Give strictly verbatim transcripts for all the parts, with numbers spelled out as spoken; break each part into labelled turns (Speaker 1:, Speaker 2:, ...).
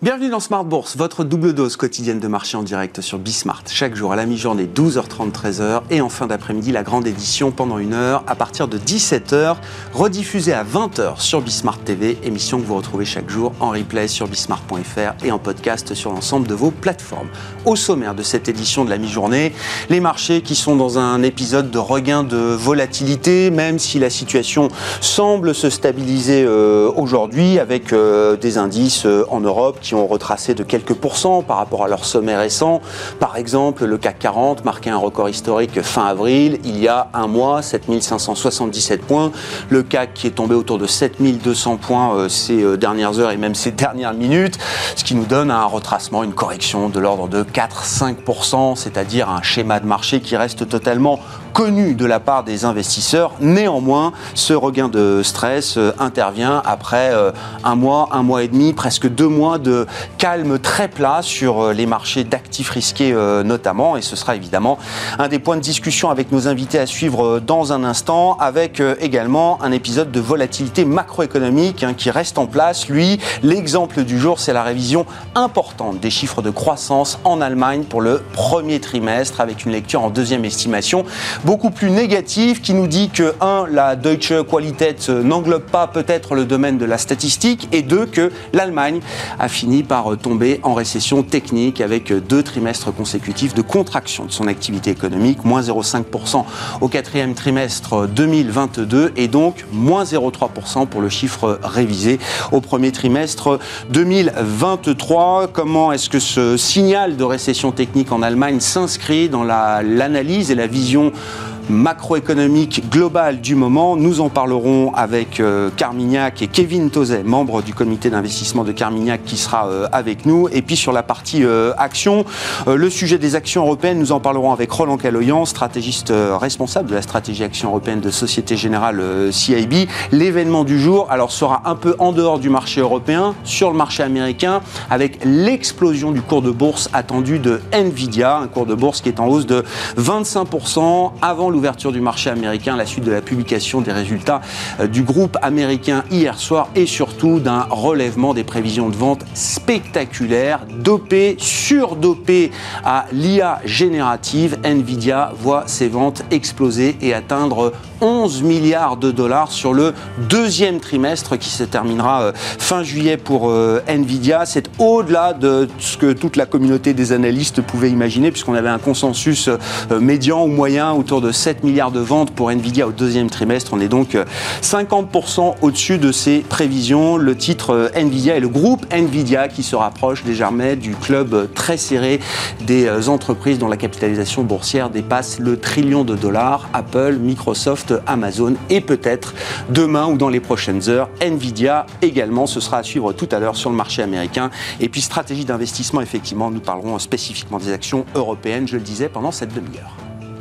Speaker 1: Bienvenue dans Smart Bourse, votre double dose quotidienne de marché en direct sur Bismart. Chaque jour à la mi-journée, douze heures trente, treize heures. Et en fin d'après-midi, la grande édition pendant une heure à partir de dix-sept heures, rediffusée à vingt heures sur Bismart T V. Émission que vous retrouvez chaque jour en replay sur bismart point f r et en podcast sur l'ensemble de vos plateformes. Au sommaire de cette édition de la mi-journée, les marchés qui sont dans un épisode de regain de volatilité, même si la situation semble se stabiliser euh, aujourd'hui avec euh, des indices euh, en Europe qui ont retracé de quelques pourcents par rapport à leur sommet récent. Par exemple, le C A C quarante marquait un record historique fin avril, il y a un mois, sept mille cinq cent soixante-dix-sept points. Le C A C qui est tombé autour de sept mille deux cents points euh, ces euh, dernières heures et même ces dernières minutes, ce qui nous donne un retracement, une correction de l'ordre de quatre à cinq pour cent, c'est-à-dire un schéma de marché qui reste totalement connu de la part des investisseurs. Néanmoins, ce regain de stress euh, intervient après euh, un mois, un mois et demi, presque deux mois de calme très plat sur euh, les marchés d'actifs risqués euh, notamment. Et ce sera évidemment un des points de discussion avec nos invités à suivre euh, dans un instant, avec euh, également un épisode de volatilité macroéconomique hein, qui reste en place. Lui, l'exemple du jour, c'est la révision importante des chiffres de croissance en Allemagne pour le premier trimestre, avec une lecture en deuxième estimation beaucoup plus négative, qui nous dit que, un, la Deutsche Qualität n'englobe pas peut-être le domaine de la statistique, et deux, que l'Allemagne a fini par tomber en récession technique avec deux trimestres consécutifs de contraction de son activité économique, moins zéro virgule cinq pour cent au quatrième trimestre deux mille vingt-deux et donc moins zéro virgule trois pour cent pour le chiffre révisé au premier trimestre deux mille vingt-trois. Comment est-ce que ce signal de récession technique en Allemagne s'inscrit dans la, l'analyse et la vision macroéconomique globale du moment? Nous en parlerons avec euh, Carmignac et Kevin Tauzet, membre du comité d'investissement de Carmignac, qui sera euh, avec nous. Et puis sur la partie euh, action, euh, le sujet des actions européennes, nous en parlerons avec Roland Caloyan, stratégiste euh, responsable de la stratégie action européenne de Société Générale euh, C I B. L'événement du jour alors sera un peu en dehors du marché européen, sur le marché américain, avec l'explosion du cours de bourse attendu de Nvidia, un cours de bourse qui est en hausse de vingt-cinq pour cent avant l'ouverture du marché américain à la suite de la publication des résultats du groupe américain hier soir et surtout d'un relèvement des prévisions de vente spectaculaires, dopé, surdopé à l'I A générative. Nvidia voit ses ventes exploser et atteindre onze milliards de dollars sur le deuxième trimestre qui se terminera fin juillet pour Nvidia. C'est au-delà de ce que toute la communauté des analystes pouvait imaginer, puisqu'on avait un consensus médian ou moyen autour de sept milliards de ventes pour Nvidia au deuxième trimestre. On est donc cinquante pour cent au-dessus de ces prévisions. Le titre Nvidia et le groupe Nvidia qui se rapproche désormais du club très serré des entreprises dont la capitalisation boursière dépasse le trillion de dollars. Apple, Microsoft, Amazon et peut-être demain ou dans les prochaines heures, Nvidia également. Ce sera à suivre tout à l'heure sur le marché américain. Et puis stratégie d'investissement, effectivement, nous parlerons spécifiquement des actions européennes, je le disais, pendant cette demi-heure.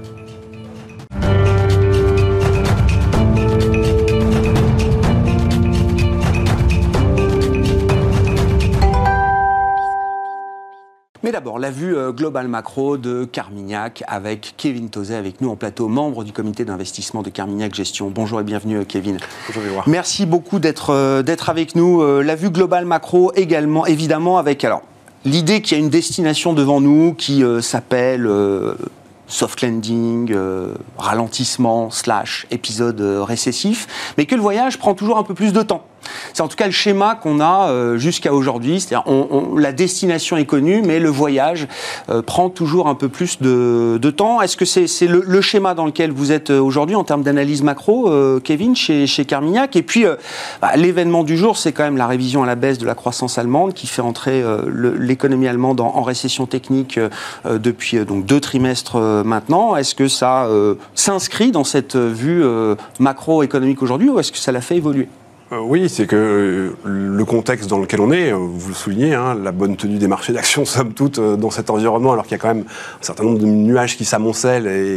Speaker 1: Mais d'abord, la vue euh, globale macro de Carmignac avec Kevin Tauzet avec nous en plateau, membre du comité d'investissement de Carmignac Gestion. Bonjour et bienvenue Kevin.
Speaker 2: Bonjour Grégoire.
Speaker 1: Merci beaucoup d'être, euh, d'être avec nous. Euh, la vue globale macro également, évidemment, avec alors l'idée qu'il y a une destination devant nous qui euh, s'appelle euh, soft landing, euh, ralentissement, slash, épisode euh, récessif, mais que le voyage prend toujours un peu plus de temps. C'est en tout cas le schéma qu'on a euh, jusqu'à aujourd'hui, c'est-à-dire on, on, la destination est connue, mais le voyage euh, prend toujours un peu plus de, de temps. Est-ce que c'est, c'est le, le schéma dans lequel vous êtes aujourd'hui en termes d'analyse macro, euh, Kevin, chez, chez Carmignac? Et puis, euh, bah, l'événement du jour, c'est quand même la révision à la baisse de la croissance allemande qui fait entrer euh, le, l'économie allemande en, en récession technique euh, depuis euh, donc deux trimestres euh, maintenant. Est-ce que ça euh, s'inscrit dans cette vue euh, macroéconomique aujourd'hui ou est-ce que ça l'a fait évoluer?
Speaker 2: Euh, oui, c'est que euh, le contexte dans lequel on est, euh, vous le soulignez, hein, la bonne tenue des marchés d'actions, somme toute, euh, dans cet environnement, alors qu'il y a quand même un certain nombre de nuages qui s'amoncellent et,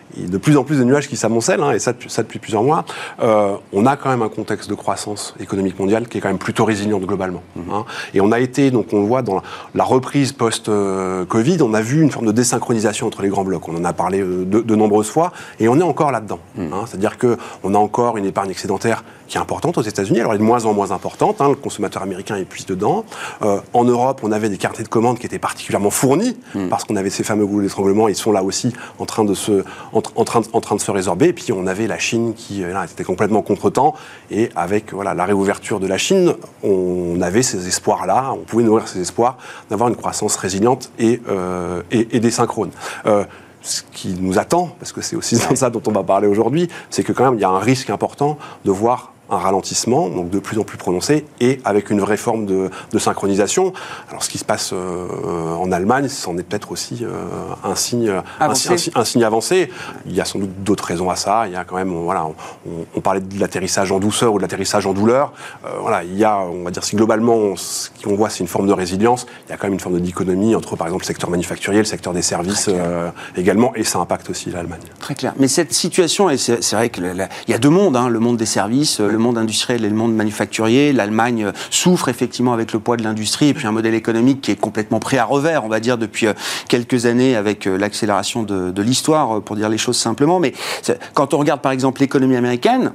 Speaker 2: il y a de plus en plus de nuages qui s'amoncellent, hein, et ça, ça depuis plusieurs mois. Euh, on a quand même un contexte de croissance économique mondiale qui est quand même plutôt résiliente globalement. Mmh. Hein. Et on a été, donc on le voit dans la reprise post-Covid, on a vu une forme de désynchronisation entre les grands blocs. On en a parlé de, de nombreuses fois, et on est encore là-dedans. Mmh. Hein. C'est-à-dire qu'on a encore une épargne excédentaire qui est importante aux États-Unis, alors elle est de moins en moins importante, hein, le consommateur américain est plus dedans. Euh, en Europe, on avait des carnets de commandes qui étaient particulièrement fournis, mmh. parce qu'on avait ces fameux goulets d'étranglement, ils sont là aussi en train de se, en, en train de, en train de se résorber. Et puis on avait la Chine qui là, était complètement contre-temps, et avec voilà, la réouverture de la Chine, on avait ces espoirs-là, on pouvait nourrir ces espoirs d'avoir une croissance résiliente et, euh, et, et désynchrone. Euh, Ce qui nous attend, parce que c'est aussi de ça dont on va parler aujourd'hui, c'est que quand même il y a un risque important de voir un ralentissement, donc de plus en plus prononcé, et avec une vraie forme de, de synchronisation. Alors, ce qui se passe euh, en Allemagne, c'en est peut-être aussi euh, un, signe, un, un, un signe avancé. Il y a sans doute d'autres raisons à ça. Il y a quand même, on, voilà, on, on parlait de l'atterrissage en douceur ou de l'atterrissage en douleur. Euh, voilà, il y a, on va dire, si globalement, on, ce qu'on voit, c'est une forme de résilience, il y a quand même une forme de dichotomie entre, par exemple, le secteur manufacturier, le secteur des services euh, également, et ça impacte aussi l'Allemagne.
Speaker 1: Très clair. Mais cette situation, et c'est, c'est vrai qu'il y a deux mondes, hein, le monde des services, le monde industriel et le monde manufacturier. L'Allemagne souffre effectivement avec le poids de l'industrie et puis un modèle économique qui est complètement pris à revers, on va dire, depuis quelques années avec l'accélération de, de l'histoire, pour dire les choses simplement. Mais quand on regarde par exemple l'économie américaine,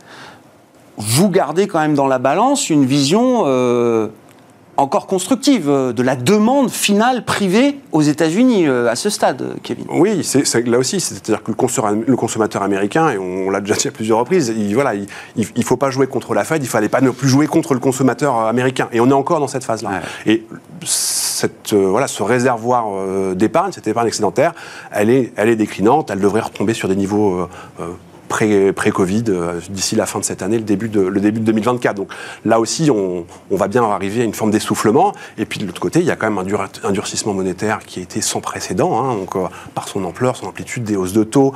Speaker 1: vous gardez quand même dans la balance une vision euh, encore constructive de la demande finale privée aux États-Unis à ce stade, Kevin.
Speaker 2: Oui, c'est, c'est, là aussi, c'est-à-dire que le consommateur, le consommateur américain, et on, on l'a déjà dit à plusieurs reprises, il voilà, il, il, il faut pas jouer contre la Fed, il fallait pas ne plus jouer contre le consommateur américain. Et on est encore dans cette phase-là. Ouais. Et cette, euh, voilà, ce réservoir euh, d'épargne, cette épargne excédentaire, elle est, elle est déclinante, elle devrait retomber sur des niveaux euh, euh, Pré, pré-Covid, euh, d'ici la fin de cette année, le début de, le début de deux mille vingt-quatre. Donc là aussi, on, on va bien arriver à une forme d'essoufflement. Et puis de l'autre côté, il y a quand même un, dur, un durcissement monétaire qui a été sans précédent, hein, donc, euh, par son ampleur, son amplitude, des hausses de taux,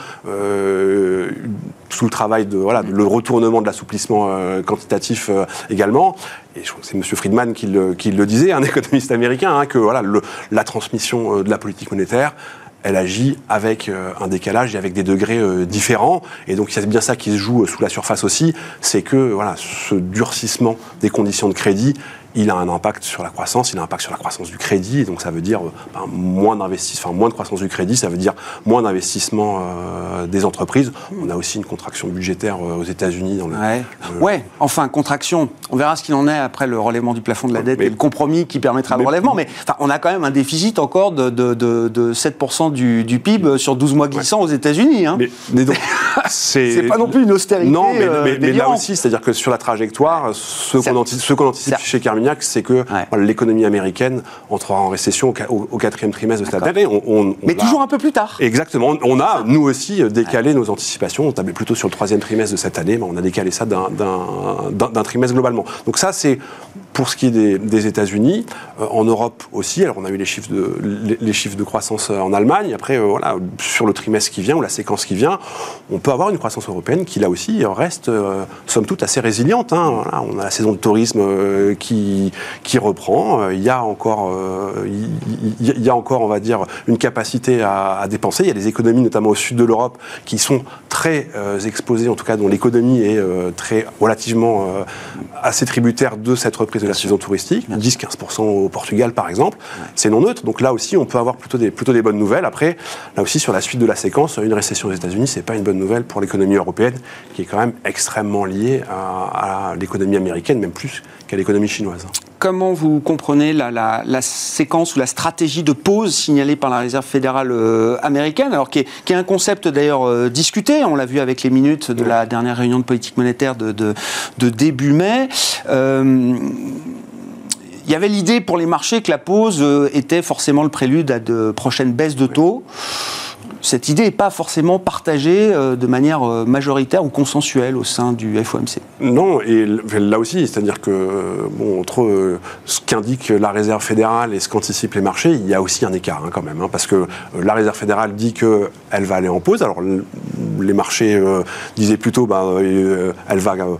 Speaker 2: euh, sous le travail de, voilà, de le retournement de l'assouplissement euh, quantitatif euh, également. Et je crois que c'est M. Friedman qui le, qui le disait, un économiste américain, hein, que voilà, le, la transmission euh, de la politique monétaire, elle agit avec euh, un décalage et avec des degrés euh, différents. Et donc, c'est bien ça qui se joue euh, sous la surface aussi, c'est que voilà, ce durcissement des conditions de crédit, il a un impact sur la croissance, il a un impact sur la croissance du crédit, et donc ça veut dire euh, ben, moins d'investissement, enfin moins de croissance du crédit, ça veut dire moins d'investissement euh, des entreprises. On a aussi une contraction budgétaire euh, aux États-Unis. Dans le,
Speaker 1: ouais.
Speaker 2: le...
Speaker 1: ouais, enfin, contraction. On verra ce qu'il en est après le relèvement du plafond de la dette mais, et le compromis qui permettra mais, le relèvement, mais enfin, on a quand même un déficit encore de, de, de, de sept pour cent du, du P I B sur douze mois glissants ouais. aux États-Unis. Hein.
Speaker 2: Mais, mais donc, c'est...
Speaker 1: c'est pas non plus une austérité.
Speaker 2: Non, mais,
Speaker 1: euh,
Speaker 2: mais, mais là aussi, c'est-à-dire que sur la trajectoire, ce qu'on anticipe, ce qu'on anticipe chez Carmignac, c'est que ouais. voilà, l'économie américaine entrera en récession au, au, au quatrième trimestre de cette année. On, on, on
Speaker 1: mais toujours un peu plus tard.
Speaker 2: Exactement. On a, nous aussi, décalé ouais. nos anticipations. On tablait plutôt sur le troisième trimestre de cette année, mais on a décalé ça d'un, d'un, d'un, d'un trimestre globalement. Donc ça, c'est pour ce qui est des, des États-Unis. Euh, en Europe aussi, alors on a eu les chiffres de, les, les chiffres de croissance en Allemagne. Après, euh, voilà, sur le trimestre qui vient, ou la séquence qui vient, on peut avoir une croissance européenne qui, là aussi, reste, euh, somme toute, assez résiliente. Hein. Voilà, on a la saison de tourisme euh, qui, qui reprend. Il y a encore, euh, il, il y a encore, on va dire, une capacité à, à dépenser. Il y a des économies, notamment au sud de l'Europe, qui sont très euh, exposées, en tout cas dont l'économie est euh, très relativement euh, assez tributaire de cette reprise de la saison touristique. dix à quinze pour cent au Portugal, par exemple. Ouais. C'est non neutre. Donc là aussi, on peut avoir plutôt des, plutôt des bonnes nouvelles. Après, là aussi, sur la suite de la séquence, une récession aux États-Unis, c'est pas une bonne nouvelle pour l'économie européenne, qui est quand même extrêmement liée à, à l'économie américaine, même plus qu'à l'économie chinoise.
Speaker 1: Comment vous comprenez la, la, la séquence ou la stratégie de pause signalée par la Réserve fédérale euh, américaine, alors qui est, qui est un concept d'ailleurs euh, discuté, on l'a vu avec les minutes de la dernière réunion de politique monétaire de, de, de début mai. Euh, il y avait l'idée pour les marchés que la pause euh, était forcément le prélude à de prochaines baisses de taux. Cette idée n'est pas forcément partagée euh, de manière euh, majoritaire ou consensuelle au sein du F O M C.
Speaker 2: Non, et là aussi, c'est-à-dire que bon, entre euh, ce qu'indique la Réserve fédérale et ce qu'anticipent les marchés, il y a aussi un écart hein, quand même, hein, parce que euh, la Réserve fédérale dit qu'elle va aller en pause. Alors les marchés euh, disaient plutôt, ben, euh, elle va euh,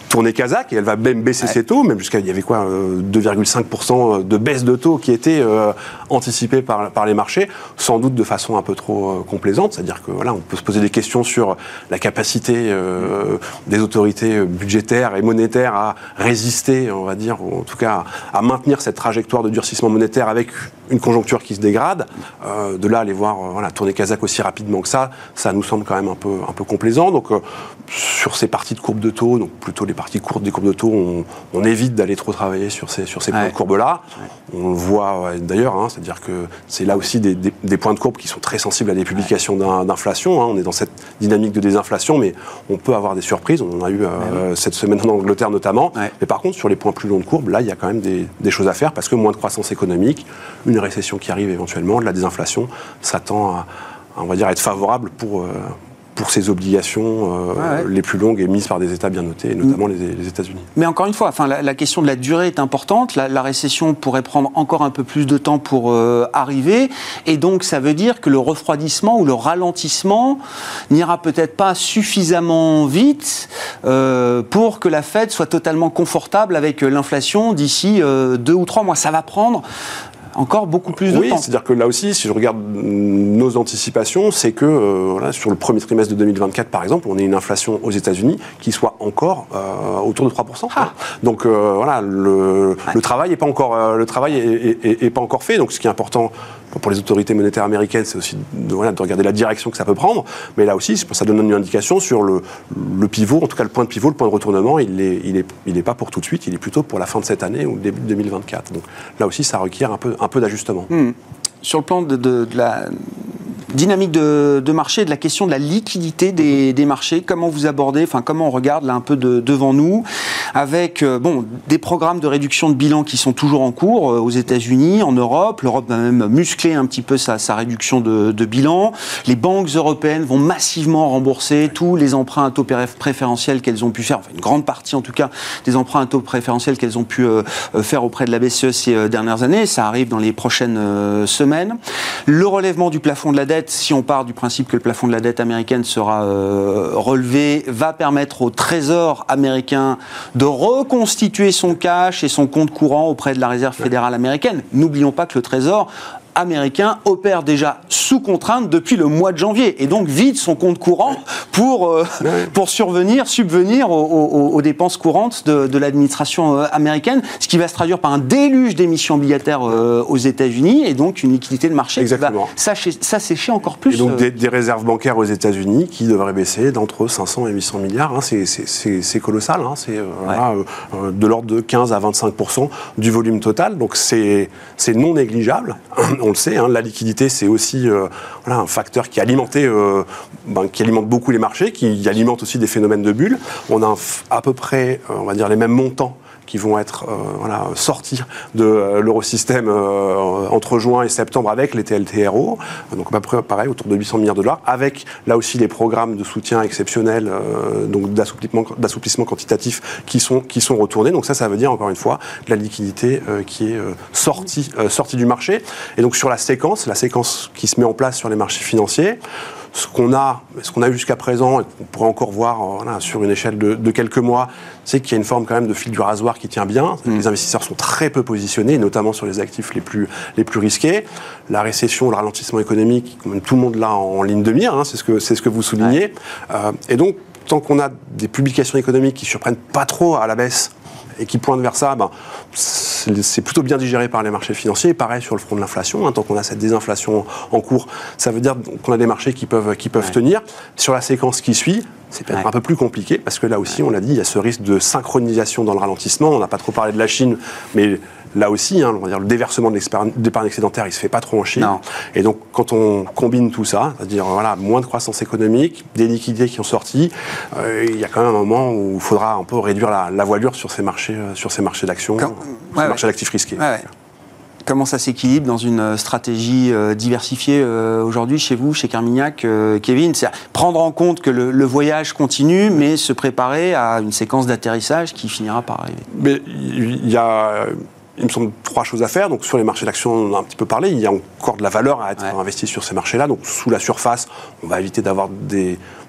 Speaker 2: tourner Kazakh et elle va même baisser ouais. ses taux, même jusqu'à, il y avait quoi, euh, deux virgule cinq pour cent de baisse de taux qui était euh, anticipée par, par les marchés, sans doute de façon un peu trop euh, complaisante, c'est-à-dire que voilà, on peut se poser des questions sur la capacité euh, des autorités budgétaires et monétaires à résister, on va dire, ou en tout cas à maintenir cette trajectoire de durcissement monétaire avec une conjoncture qui se dégrade. Euh, de là, aller voir euh, voilà, tourner Kazakh aussi rapidement que ça, ça nous semble quand même un peu, un peu complaisant. Donc, euh, sur ces parties de courbe de taux, donc plutôt les parties courtes des courbes de taux, on, on évite d'aller trop travailler sur ces, sur ces ouais. points de courbe-là. Ouais. On le voit ouais, d'ailleurs, hein, c'est-à-dire que c'est là aussi des, des, des points de courbe qui sont très sensibles à des publications ouais. d'inflation. Hein. On est dans cette dynamique de désinflation, mais on peut avoir des surprises. On en a eu euh, ouais. cette semaine en Angleterre notamment. Ouais. Mais par contre, sur les points plus longs de courbe, là, il y a quand même des, des choses à faire parce que moins de croissance économique, une récession qui arrive éventuellement, de la désinflation, ça tend à, à on va dire, à être favorable pour... Euh, pour ces obligations euh, ouais, ouais. les plus longues émises par des États bien notés, et notamment mmh. les, les États-Unis.
Speaker 1: Mais encore une fois, enfin, la, la question de la durée est importante. La, la récession pourrait prendre encore un peu plus de temps pour euh, arriver. Et donc, ça veut dire que le refroidissement ou le ralentissement n'ira peut-être pas suffisamment vite euh, pour que la Fed soit totalement confortable avec l'inflation d'ici euh, deux ou trois mois. Ça va prendre... encore beaucoup plus de
Speaker 2: oui,
Speaker 1: temps.
Speaker 2: Oui, c'est-à-dire que là aussi, si je regarde nos anticipations, c'est que euh, voilà, sur le premier trimestre de deux mille vingt-quatre, par exemple, on a une inflation aux États-Unis qui soit encore euh, autour de trois pour cent. Ah. Donc euh, voilà, le, ouais. le travail n'est pas encore, euh, le travail est, est, est pas encore fait. Donc ce qui est important pour les autorités monétaires américaines, c'est aussi de, voilà, de regarder la direction que ça peut prendre. Mais là aussi, ça donne une indication sur le, le pivot, en tout cas le point de pivot, le point de retournement. Il n'est il est, il est pas pour tout de suite, il est plutôt pour la fin de cette année ou le début de deux mille vingt-quatre. Donc là aussi, ça requiert un peu, un peu d'ajustement.
Speaker 1: Mmh. Sur le plan de, de, de la dynamique de, de marché, de la question de la liquidité des, des marchés, comment vous abordez, enfin comment on regarde là un peu de, devant nous, avec euh, bon, des programmes de réduction de bilan qui sont toujours en cours euh, aux États-Unis, en Europe. L'Europe va même muscler un petit peu sa, sa réduction de, de bilan. Les banques européennes vont massivement rembourser tous les emprunts à taux préférentiels qu'elles ont pu faire, enfin une grande partie en tout cas des emprunts à taux préférentiels qu'elles ont pu euh, faire auprès de la B C E ces euh, dernières années. Ça arrive dans les prochaines euh, semaines. Le relèvement du plafond de la dette, si on part du principe que le plafond de la dette américaine sera euh, relevé, va permettre au Trésor américain de reconstituer son cash et son compte courant auprès de la Réserve fédérale américaine. N'oublions pas que le Trésor américain opère déjà sous contrainte depuis le mois de janvier et donc vide son compte courant pour, euh, pour survenir, subvenir aux, aux, aux dépenses courantes de, de l'administration euh, américaine, ce qui va se traduire par un déluge d'émissions obligataires euh, aux États-Unis et donc une liquidité de marché
Speaker 2: Exactement.
Speaker 1: qui va s'assécher encore plus.
Speaker 2: Et donc euh... des, des réserves bancaires aux États-Unis qui devraient baisser d'entre cinq cents et huit cents milliards. Hein, c'est, c'est, c'est, c'est colossal. Hein, c'est euh, ouais. là, euh, de l'ordre de quinze à vingt-cinq pour cent du volume total. Donc c'est, c'est non négligeable. On le sait, hein, la liquidité, c'est aussi euh, voilà, un facteur qui, alimentait, euh, ben, qui alimente beaucoup les marchés, qui alimente aussi des phénomènes de bulles. On a un, à peu près, euh, on va dire, les mêmes montants qui vont être euh, voilà, sortis de euh, l'eurosystème euh, entre juin et septembre avec les T L T R O. Donc à peu près pareil, autour de huit cents milliards de dollars, avec là aussi les programmes de soutien exceptionnels, euh, donc d'assouplissement, d'assouplissement quantitatif qui sont, qui sont retournés. Donc ça, ça veut dire encore une fois de la liquidité euh, qui est euh, sortie, euh, sortie du marché. Et donc sur la séquence, la séquence qui se met en place sur les marchés financiers, ce qu'on a, ce qu'on a eu jusqu'à présent, et qu'on pourrait encore voir euh, voilà, sur une échelle de, de quelques mois, c'est qu'il y a une forme quand même de fil du rasoir qui tient bien. Mmh. Les investisseurs sont très peu positionnés, notamment sur les actifs les plus, les plus risqués. La récession, le ralentissement économique, tout le monde l'a en, en ligne de mire, hein, c'est ce que, c'est ce que vous soulignez. Ouais. Euh, et donc, tant qu'on a des publications économiques qui ne surprennent pas trop à la baisse, et qui pointe vers ça, ben, c'est, c'est plutôt bien digéré par les marchés financiers. Et pareil sur le front de l'inflation, hein, tant qu'on a cette désinflation en cours, ça veut dire qu'on a des marchés qui peuvent, qui peuvent ouais. tenir. Sur la séquence qui suit, c'est peut-être ouais. un peu plus compliqué, parce que là aussi, on l'a dit, il y a ce risque de synchronisation dans le ralentissement. On n'a pas trop parlé de la Chine, mais là aussi, hein, on va dire, le déversement de l'épargne excédentaire, il ne se fait pas trop en Chine. Non. Et donc, quand on combine tout ça, c'est-à-dire voilà, moins de croissance économique, des liquidités qui ont sorti, euh, il y a quand même un moment où il faudra un peu réduire la, la voilure sur ces marchés, euh, sur ces marchés d'actions, quand... sur ouais, ces marchés ouais. d'actifs risqués. Ouais, ouais.
Speaker 1: Comment ça s'équilibre dans une stratégie euh, diversifiée euh, aujourd'hui chez vous, chez Carmignac, euh, Kevin? C'est prendre en compte que le, le voyage continue, mais se préparer à une séquence d'atterrissage qui finira par arriver.
Speaker 2: Mais il y a... Il me semble trois choses à faire. Donc sur les marchés d'actions, on en a un petit peu parlé. Il y a encore de la valeur à être ouais. investie sur ces marchés-là. Donc sous la surface, on va éviter d'avoir des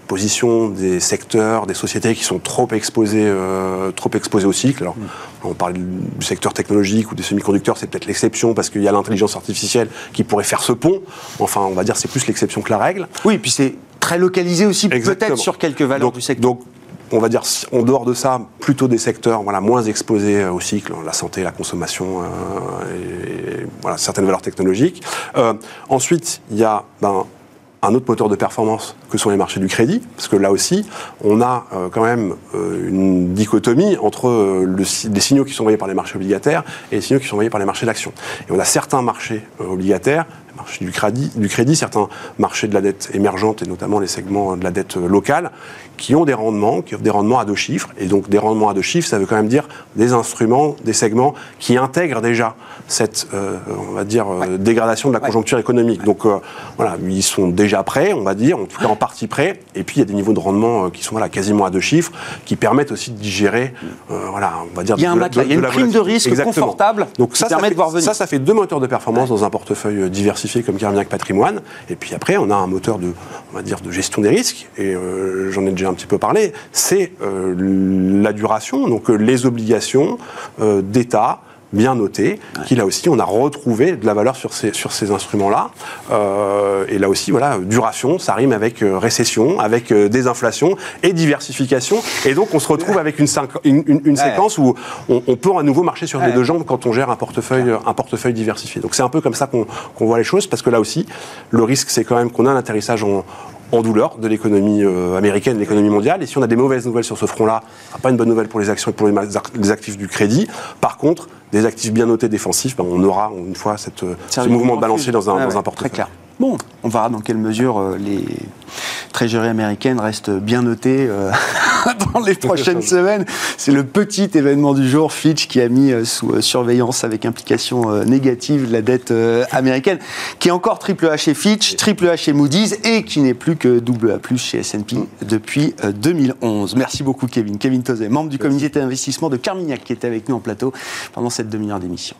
Speaker 2: position des secteurs, des sociétés qui sont trop exposés, euh, trop exposés au cycle. Alors, mmh. on parle du secteur technologique ou des semi-conducteurs, c'est peut-être l'exception parce qu'il y a l'intelligence artificielle qui pourrait faire ce pont. Enfin, on va dire c'est plus l'exception que la règle.
Speaker 1: Oui, puis c'est très localisé aussi, peut-être sur quelques valeurs
Speaker 2: donc,
Speaker 1: du secteur.
Speaker 2: Donc, on va dire, en dehors de ça, plutôt des secteurs voilà, moins exposés au cycle, la santé, la consommation, euh, et voilà, certaines valeurs technologiques. Euh, ensuite, il y a ben, un autre moteur de performance que sont les marchés du crédit, parce que là aussi, on a euh, quand même euh, une dichotomie entre euh, le, les signaux qui sont envoyés par les marchés obligataires et les signaux qui sont envoyés par les marchés d'actions. Et on a certains marchés euh, obligataires, les marchés du crédit, du crédit, certains marchés de la dette émergente, et notamment les segments de la dette locale, qui ont des rendements, qui offrent des rendements à deux chiffres. Et donc des rendements à deux chiffres, ça veut quand même dire des instruments, des segments qui intègrent déjà cette, euh, on va dire, euh, ouais. dégradation de la conjoncture ouais. économique. Donc euh, voilà, ils sont déjà prêts, on va dire, en tout cas en partie prêts. Et puis il y a des niveaux de rendement euh, qui sont voilà, quasiment à deux chiffres, qui permettent aussi de digérer, euh, voilà, on va dire,
Speaker 1: il y a un
Speaker 2: de,
Speaker 1: matelas,
Speaker 2: de,
Speaker 1: il y a une
Speaker 2: de
Speaker 1: prime de risque
Speaker 2: Exactement.
Speaker 1: confortable
Speaker 2: donc,
Speaker 1: qui
Speaker 2: ça,
Speaker 1: permet
Speaker 2: ça fait,
Speaker 1: de voir venir.
Speaker 2: Ça, ça fait deux moteurs de performance ouais. dans un portefeuille diversifié comme Carmignac Patrimoine. Et puis après, on a un moteur de, on va dire, de gestion des risques. Et euh, j'en ai déjà un petit peu parlé. C'est euh, la duration, donc euh, les obligations euh, d'État bien notées, ouais. qui là aussi on a retrouvé de la valeur sur ces, sur ces instruments-là. Euh, et là aussi, voilà, duration, ça rime avec euh, récession, avec euh, désinflation et diversification. Et donc on se retrouve ouais. avec une, une, une, une ouais. séquence où on, on peut à nouveau marcher sur ouais. les deux jambes quand on gère un portefeuille, ouais. un portefeuille diversifié. Donc c'est un peu comme ça qu'on, qu'on voit les choses, parce que là aussi, le risque c'est quand même qu'on a un atterrissage en en douleur de l'économie euh, américaine, de l'économie mondiale. Et si on a des mauvaises nouvelles sur ce front-là, ce sera pas une bonne nouvelle pour les actions et pour les, les actifs du crédit. Par contre, des actifs bien notés défensifs, ben, on aura une fois cette, ce mouvement de balancier dans un, ah, dans ouais, un portefeuille.
Speaker 1: Très clair. Bon, on verra dans quelle mesure euh, les trésoreries américaines restent bien notées euh, dans les prochaines semaines. C'est le petit événement du jour, Fitch qui a mis euh, sous euh, surveillance avec implication euh, négative la dette euh, américaine, qui est encore triple A chez Fitch, triple A chez Moody's et qui n'est plus que double A plus chez S and P depuis euh, deux mille onze. Merci beaucoup Kevin. Kevin Tauzet, membre du comité d'investissement de Carmignac, qui était avec nous en plateau pendant cette demi-heure d'émission.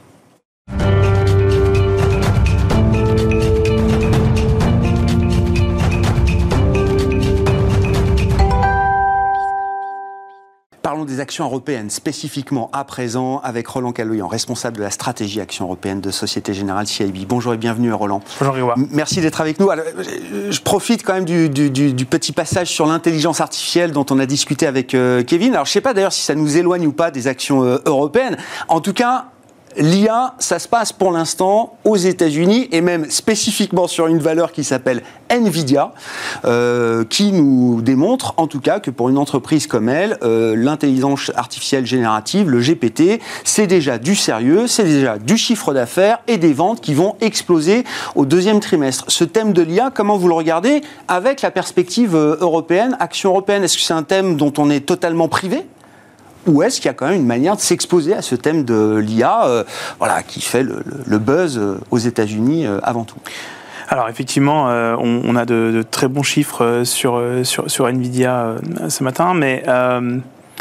Speaker 1: Parlons des actions européennes, spécifiquement à présent, avec Roland Caloyan, responsable de la stratégie action européenne de Société Générale C I B. Bonjour et bienvenue Roland.
Speaker 3: Bonjour Riwa.
Speaker 1: Merci d'être avec nous. Alors, je profite quand même du, du, du, du petit passage sur l'intelligence artificielle dont on a discuté avec euh, Kevin. Alors je ne sais pas d'ailleurs si ça nous éloigne ou pas des actions euh, européennes. En tout cas, l'I A, ça se passe pour l'instant aux États-Unis et même spécifiquement sur une valeur qui s'appelle Nvidia, euh, qui nous démontre en tout cas que pour une entreprise comme elle, euh, l'intelligence artificielle générative, le G P T, c'est déjà du sérieux, c'est déjà du chiffre d'affaires et des ventes qui vont exploser au deuxième trimestre. Ce thème de l'I A, comment vous le regardez avec la perspective européenne, action européenne? Est-ce que c'est un thème dont on est totalement privé ? Ou est-ce qu'il y a quand même une manière de s'exposer à ce thème de l'I A euh, voilà, qui fait le, le, le buzz euh, aux États-Unis euh, avant tout?
Speaker 3: Alors effectivement, euh, on, on a de, de très bons chiffres sur, sur, sur Nvidia euh, ce matin, mais euh,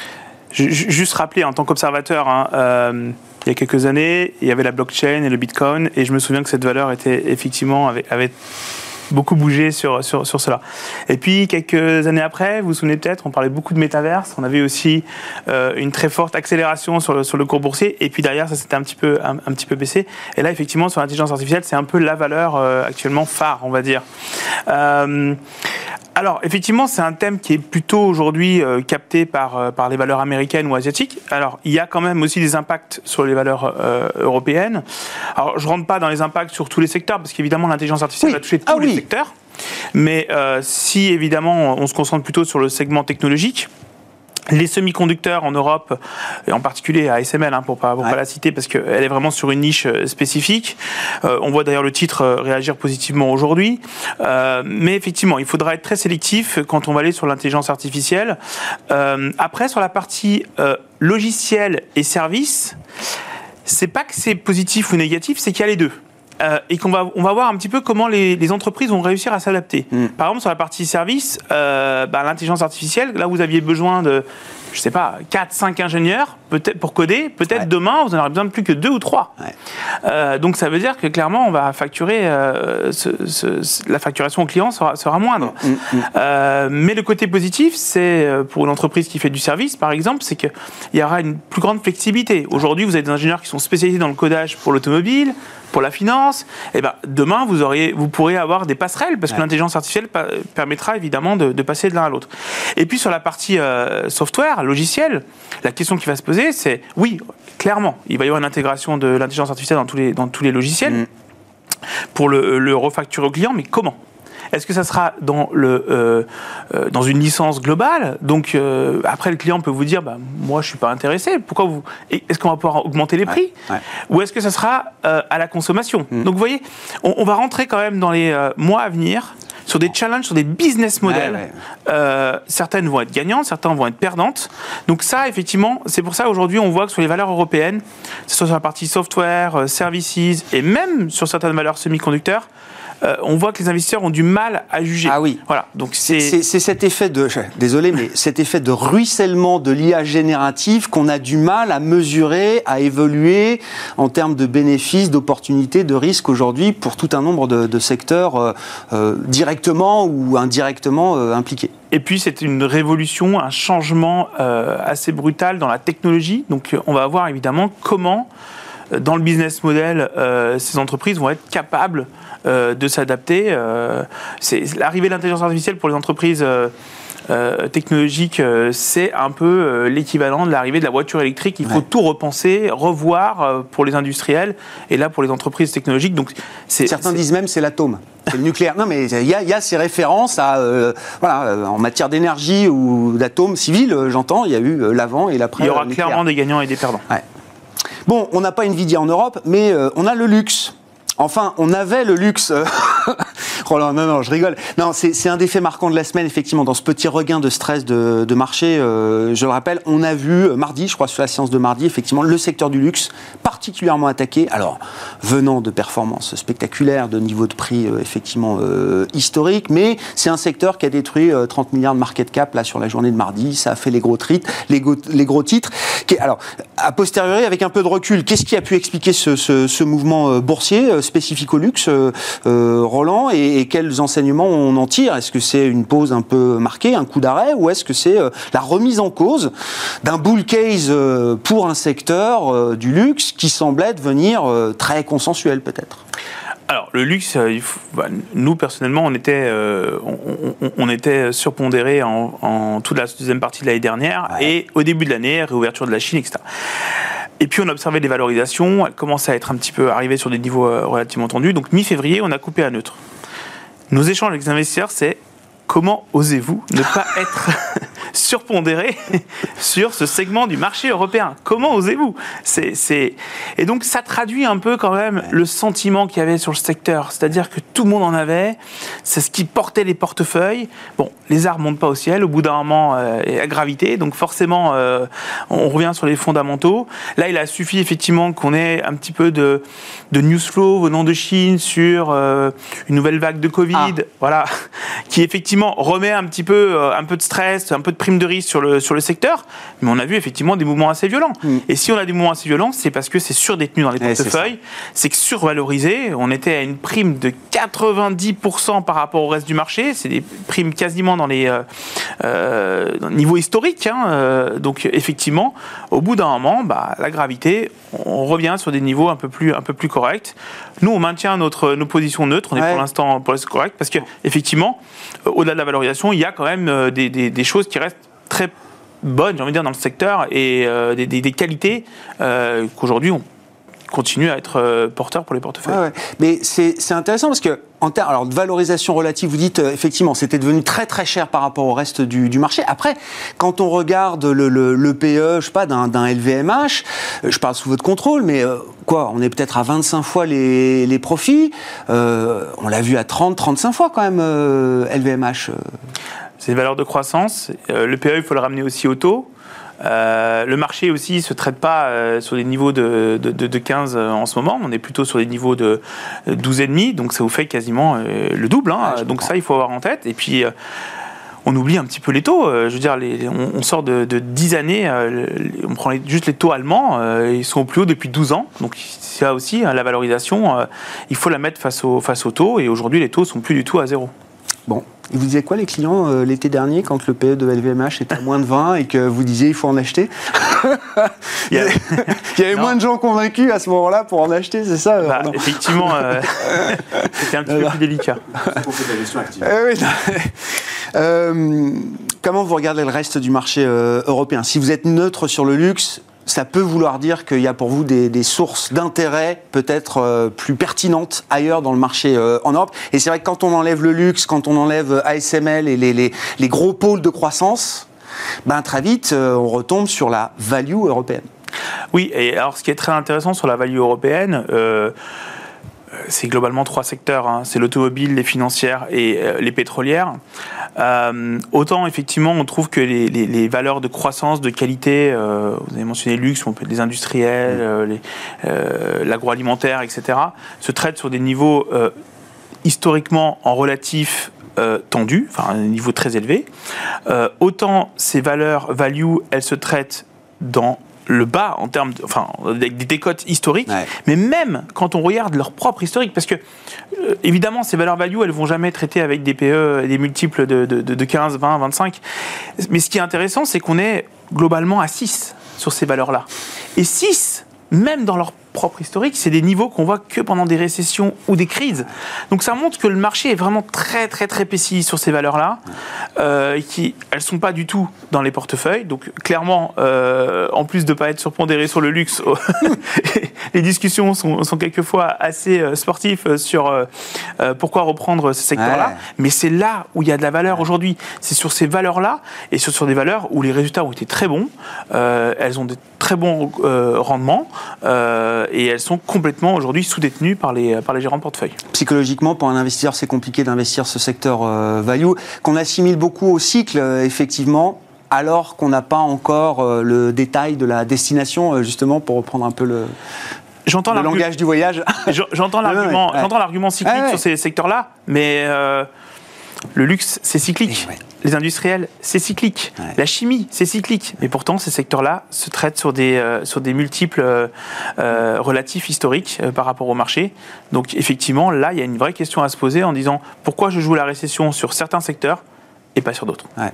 Speaker 3: juste rappeler en tant qu'observateur, hein, euh, il y a quelques années, il y avait la blockchain et le Bitcoin, et je me souviens que cette valeur était effectivement avait, avait beaucoup bougé sur, sur, sur cela. Et puis, quelques années après, vous vous souvenez peut-être, on parlait beaucoup de métaverse, on avait aussi euh, une très forte accélération sur le, sur le cours boursier, et puis derrière, ça s'était un petit peu, un, un petit peu baissé. Et là, effectivement, sur l'intelligence artificielle, c'est un peu la valeur euh, actuellement phare, on va dire. Euh, alors, effectivement, c'est un thème qui est plutôt aujourd'hui euh, capté par, euh, par les valeurs américaines ou asiatiques. Alors, il y a quand même aussi des impacts sur les valeurs euh, européennes. Alors, je ne rentre pas dans les impacts sur tous les secteurs, parce qu'évidemment, l'intelligence artificielle oui. va toucher tous ah, les oui. secteurs. Mais euh, si, évidemment, on se concentre plutôt sur le segment technologique, les semi-conducteurs en Europe, et en particulier à A S M L, hein, pour ne pas, pour ouais. pas la citer, parce qu'elle est vraiment sur une niche spécifique. Euh, on voit d'ailleurs le titre euh, réagir positivement aujourd'hui. Euh, mais effectivement, il faudra être très sélectif quand on va aller sur l'intelligence artificielle. Euh, après, sur la partie euh, logiciel et services, c'est pas que c'est positif ou négatif, c'est qu'il y a les deux. Euh, et qu'on va, on va voir un petit peu comment les, les entreprises vont réussir à s'adapter. Mm. Par exemple, sur la partie service, euh, bah, l'intelligence artificielle, là où vous aviez besoin de, je sais pas, quatre cinq ingénieurs, peut-être pour coder, peut-être ouais. demain, vous n'en aurez besoin de plus que deux ou trois. Ouais. Euh, donc ça veut dire que clairement, on va facturer, euh, ce, ce, la facturation au client sera, sera moindre. Mmh, mmh. Euh, mais le côté positif, c'est pour une entreprise qui fait du service, par exemple, c'est qu'il y aura une plus grande flexibilité. Aujourd'hui, vous avez des ingénieurs qui sont spécialisés dans le codage pour l'automobile, pour la finance. Et ben demain, vous auriez, vous pourrez avoir des passerelles parce ouais. que l'intelligence artificielle pa- permettra évidemment de, de passer de l'un à l'autre. Et puis sur la partie euh, software, logiciel, la question qui va se poser, c'est oui, clairement, il va y avoir une intégration de l'intelligence artificielle dans tous les dans tous les logiciels mmh. pour le, le refacturer au client, mais comment ? Est-ce que ça sera dans, le, euh, euh, dans une licence globale ? Donc, euh, après, le client peut vous dire bah, « Moi, je ne suis pas intéressé. Pourquoi vous... Est-ce qu'on va pouvoir augmenter les prix ouais, ouais. ?» Ou est-ce que ça sera euh, à la consommation ? mmh. Donc, vous voyez, on, on va rentrer quand même dans les euh, mois à venir sur des challenges, sur des business models. Ouais, ouais. Euh, certaines vont être gagnantes, certaines vont être perdantes. Donc ça, effectivement, c'est pour ça aujourd'hui, on voit que sur les valeurs européennes, que ce soit sur la partie software, euh, services, et même sur certaines valeurs semi-conducteurs, Euh, on voit que les investisseurs ont du mal à juger.
Speaker 1: Ah oui.
Speaker 3: Voilà. Donc c'est...
Speaker 1: c'est c'est cet effet de désolé mais cet effet de ruissellement de l'I A générative qu'on a du mal à mesurer, à évaluer en termes de bénéfices, d'opportunités, de risques aujourd'hui pour tout un nombre de, de secteurs euh, euh, directement ou indirectement euh, impliqués.
Speaker 3: Et puis c'est une révolution, un changement euh, assez brutal dans la technologie. Donc on va voir évidemment comment dans le business model euh, ces entreprises vont être capables Euh, de s'adapter. Euh, c'est, l'arrivée de l'intelligence artificielle pour les entreprises euh, euh, technologiques, euh, c'est un peu euh, l'équivalent de l'arrivée de la voiture électrique. Il faut ouais. tout repenser, revoir euh, pour les industriels et là pour les entreprises technologiques. Donc, c'est,
Speaker 1: Certains
Speaker 3: c'est...
Speaker 1: disent même c'est l'atome. C'est le nucléaire. Non, mais il y a, y a ces références à, euh, voilà, euh, en matière d'énergie ou d'atome civil, euh, j'entends, il y a eu euh, l'avant et l'après.
Speaker 3: Il y aura
Speaker 1: nucléaire.
Speaker 3: clairement des gagnants et des perdants.
Speaker 1: Ouais. Bon, on n'a pas Nvidia en Europe, mais euh, on a le luxe. Enfin, on avait le luxe. Roland, non, non, je rigole. Non, c'est, c'est un des faits marquants de la semaine, effectivement, dans ce petit regain de stress de, de marché. Euh, je le rappelle, on a vu mardi, je crois, sur la séance de mardi, effectivement, le secteur du luxe particulièrement attaqué. Alors, venant de performances spectaculaires, de niveaux de prix, euh, effectivement, euh, historiques, mais c'est un secteur qui a détruit euh, trente milliards de market cap, là, sur la journée de mardi. Ça a fait les gros, tri- les go- les gros titres. Qui, alors, a posteriori, avec un peu de recul, qu'est-ce qui a pu expliquer ce, ce, ce mouvement euh, boursier euh, spécifique au luxe, euh, euh, Roland, et, et quels enseignements on en tire ? Est-ce que c'est une pause un peu marquée, un coup d'arrêt, ou est-ce que c'est euh, la remise en cause d'un bull case euh, pour un secteur euh, du luxe qui semblait devenir euh, très consensuel peut-être ?
Speaker 3: Alors, le luxe, euh, il faut, bah, nous, personnellement, on était, euh, on, on, on était surpondéré en, en toute la deuxième partie de l'année dernière ouais. et au début de l'année, réouverture de la Chine, et cetera. Et puis, on a observé des valorisations, elles commençaient à être un petit peu arrivées sur des niveaux euh, relativement tendus. Donc, mi-février, on a coupé à neutre. Nos échanges avec les investisseurs, c'est comment osez-vous ne pas être surpondéré sur ce segment du marché européen ? Comment osez-vous ? c'est, c'est... Et donc, ça traduit un peu quand même le sentiment qu'il y avait sur le secteur. C'est-à-dire que tout le monde en avait. C'est ce qui portait les portefeuilles. Bon, les arts ne montent pas au ciel. Au bout d'un moment, euh, il y a gravité. Donc, forcément, euh, on revient sur les fondamentaux. Là, il a suffi effectivement qu'on ait un petit peu de, de news flow venant de Chine sur euh, une nouvelle vague de Covid. Ah. Voilà. Qui, effectivement, remet un petit peu, euh, un peu de stress, un peu de prime de risque sur le, sur le secteur, mais on a vu effectivement des mouvements assez violents. Mmh. Et si on a des mouvements assez violents, c'est parce que c'est surdétenu dans les portefeuilles, c'est, c'est que survalorisé, on était à une prime de quatre-vingt-dix pour cent par rapport au reste du marché, c'est des primes quasiment dans les euh, euh, dans le niveau historique, hein, euh, donc effectivement, au bout d'un moment, bah, la gravité, on revient sur des niveaux un peu plus, un peu plus corrects. Nous, on maintient notre, nos positions neutres, on est ouais. pour l'instant pour l'instant correct, parce que effectivement, euh, au-delà de la valorisation, il y a quand même euh, des, des, des choses qui restent très bonnes, j'ai envie de dire, dans le secteur, et euh, des, des, des qualités euh, qu'aujourd'hui on continue à être euh, porteur pour les portefeuilles.
Speaker 1: Ouais, ouais. Mais c'est, c'est intéressant parce que en termes alors, de valorisation relative, vous dites euh, effectivement c'était devenu très très cher par rapport au reste du, du marché. Après, quand on regarde le, le, le P E, je sais pas, d'un, d'un L V M H, euh, je parle sous votre contrôle, mais euh, quoi, on est peut-être à vingt-cinq fois les, les profits. Euh, on l'a vu à trente, trente-cinq fois quand même euh, L V M H. Euh.
Speaker 3: C'est une valeur de croissance. Euh, le P E, il faut le ramener aussi au taux. Euh, le marché aussi ne se traite pas euh, sur des niveaux de, de, de, de quinze euh, en ce moment, on est plutôt sur des niveaux de douze virgule cinq, donc ça vous fait quasiment euh, le double, hein. Ah, donc ça il faut avoir en tête. Et puis euh, on oublie un petit peu les taux. Euh, je veux dire, les, on, on sort de, de dix années, euh, les, on prend les, juste les taux allemands, euh, ils sont au plus haut depuis douze ans. Donc c'est là aussi, hein, la valorisation, euh, il faut la mettre face, au, face aux taux. Et aujourd'hui, les taux sont plus du tout à zéro.
Speaker 1: Bon. Et vous disiez quoi, les clients, euh, l'été dernier, quand le P E de L V M H était à moins de vingt et que vous disiez il faut en acheter? Il y avait, il y avait moins de gens convaincus à ce moment-là pour en acheter, c'est ça?
Speaker 3: Bah, effectivement, euh, c'était un petit peu plus délicat.
Speaker 2: C'est pour faire de la gestion active.
Speaker 1: Euh, oui, euh, comment vous regardez le reste du marché euh, européen? Si vous êtes neutre sur le luxe, ça peut vouloir dire qu'il y a pour vous des, des sources d'intérêt peut-être euh, plus pertinentes ailleurs dans le marché euh, en Europe. Et c'est vrai que quand on enlève le luxe, quand on enlève A S M L et les, les, les gros pôles de croissance, ben très vite, euh, on retombe sur la value européenne.
Speaker 3: Oui, et alors ce qui est très intéressant sur la value européenne, euh, c'est globalement trois secteurs, hein. C'est l'automobile, les financières et euh, les pétrolières. Euh, autant effectivement on trouve que les, les, les valeurs de croissance, de qualité, euh, vous avez mentionné le luxe, on peut les industriels, euh, les, euh, l'agroalimentaire, et cetera, se traitent sur des niveaux euh, historiquement en relatif euh, tendus, enfin un niveau très élevé. Euh, autant ces valeurs value, elles se traitent dans le bas en termes de, enfin, avec des décotes historiques, ouais. Mais même quand on regarde leur propre historique, parce que euh, évidemment ces valeurs value, elles vont jamais traiter avec des P E, des multiples de, de, de quinze, vingt, vingt-cinq. Mais ce qui est intéressant, c'est qu'on est globalement à six sur ces valeurs-là. Et six, même dans leur propre historique, c'est des niveaux qu'on voit que pendant des récessions ou des crises. Donc ça montre que le marché est vraiment très très très pessimiste sur ces valeurs-là, euh, et qui elles sont pas du tout dans les portefeuilles. Donc clairement, euh, en plus de pas être surpondéré sur le luxe, les discussions sont, sont quelquefois assez euh, sportives sur euh, euh, pourquoi reprendre ce secteur-là. Ouais. Mais c'est là où il y a de la valeur aujourd'hui. C'est sur ces valeurs-là et sur, sur des valeurs où les résultats ont été très bons. Euh, elles ont de très bons euh, rendements. Euh, et elles sont complètement aujourd'hui sous-détenues par les, par les gérants de portefeuille.
Speaker 1: Psychologiquement, pour un investisseur, c'est compliqué d'investir ce secteur euh, value, qu'on assimile beaucoup au cycle, euh, effectivement, alors qu'on n'a pas encore euh, le détail de la destination, euh, justement, pour reprendre un peu le...
Speaker 3: J'entends
Speaker 1: le langage du voyage.
Speaker 3: J'entends l'argument, ouais. J'entends l'argument cyclique ouais, ouais. sur ces secteurs-là, mais euh, le luxe, c'est cyclique. Ouais. Les industriels, c'est cyclique. Ouais. La chimie, c'est cyclique. Mais pourtant, ces secteurs-là se traitent sur des, euh, sur des multiples euh, euh, relatifs historiques euh, par rapport au marché. Donc, effectivement, là, il y a une vraie question à se poser en disant pourquoi je joue la récession sur certains secteurs et pas sur d'autres.
Speaker 1: Ouais.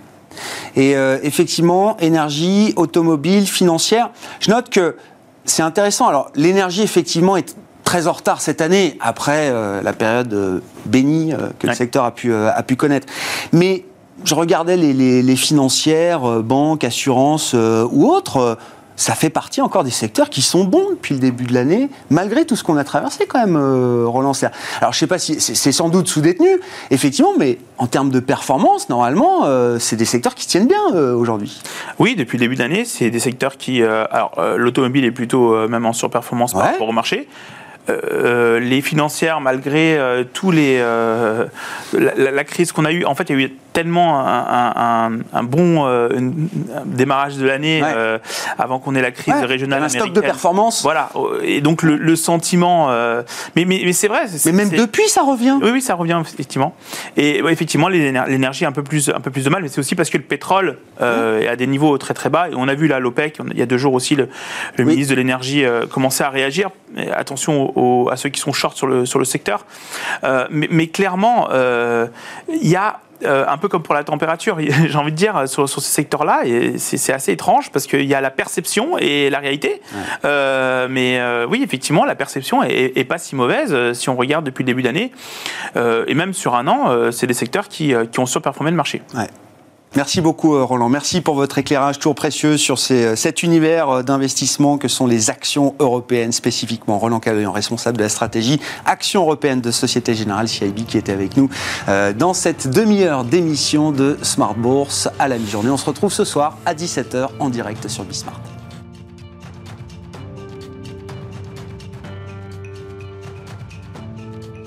Speaker 1: Et euh, effectivement, énergie, automobile, financière. Je note que c'est intéressant. Alors, l'énergie, effectivement, est très en retard cette année, après euh, la période euh, bénie euh, que ouais. le secteur a pu, euh, a pu connaître. Mais je regardais les, les, les financières, euh, banques, assurances euh, ou autres, euh, ça fait partie encore des secteurs qui sont bons depuis le début de l'année, malgré tout ce qu'on a traversé quand même, euh, Roland Serre. Alors je ne sais pas si c'est, c'est sans doute sous-détenu, effectivement, mais en termes de performance, normalement, euh, c'est des secteurs qui tiennent bien euh, aujourd'hui.
Speaker 3: Oui, depuis le début de l'année, c'est des secteurs qui... Euh, alors euh, l'automobile est plutôt euh, même en surperformance ouais. par rapport au marché. Euh, les financières, malgré euh, tous les euh, la, la crise qu'on a eue, en fait, il y a eu tellement un, un, un bon euh, un démarrage de l'année ouais. euh, avant qu'on ait la crise ouais, régionale
Speaker 1: un
Speaker 3: américaine.
Speaker 1: Stock de performance.
Speaker 3: Voilà, et donc le, le sentiment. Euh, mais, mais, mais c'est vrai. C'est,
Speaker 1: mais même
Speaker 3: c'est,
Speaker 1: depuis, ça revient.
Speaker 3: Oui, oui, ça revient effectivement. Et ouais, effectivement, l'énergie un peu plus un peu plus de mal, mais c'est aussi parce que le pétrole euh, ouais. est à des niveaux très très bas. Et on a vu là l'OPEC, il y a deux jours aussi, le, le oui. ministre de l'énergie euh, commençait à réagir. Et attention aux, à ceux qui sont short sur le sur le secteur. Euh, mais, mais clairement, il euh, y a Euh, un peu comme pour la température, j'ai envie de dire, sur, sur ce secteur-là, et c'est, c'est assez étrange parce qu'il y a la perception et la réalité. Ouais. Euh, mais euh, oui, effectivement, la perception est, est pas si mauvaise euh, si on regarde depuis le début d'année. Euh, et même sur un an, euh, c'est des secteurs qui, euh, qui ont surperformé le marché.
Speaker 1: Ouais. Merci beaucoup Roland, merci pour votre éclairage toujours précieux sur ces, cet univers d'investissement que sont les actions européennes spécifiquement. Roland Caloyan, responsable de la stratégie Actions européennes de Société Générale C I B, qui était avec nous euh, dans cette demi-heure d'émission de Smart Bourse à la mi-journée. On se retrouve ce soir à dix-sept heures en direct sur Bismart.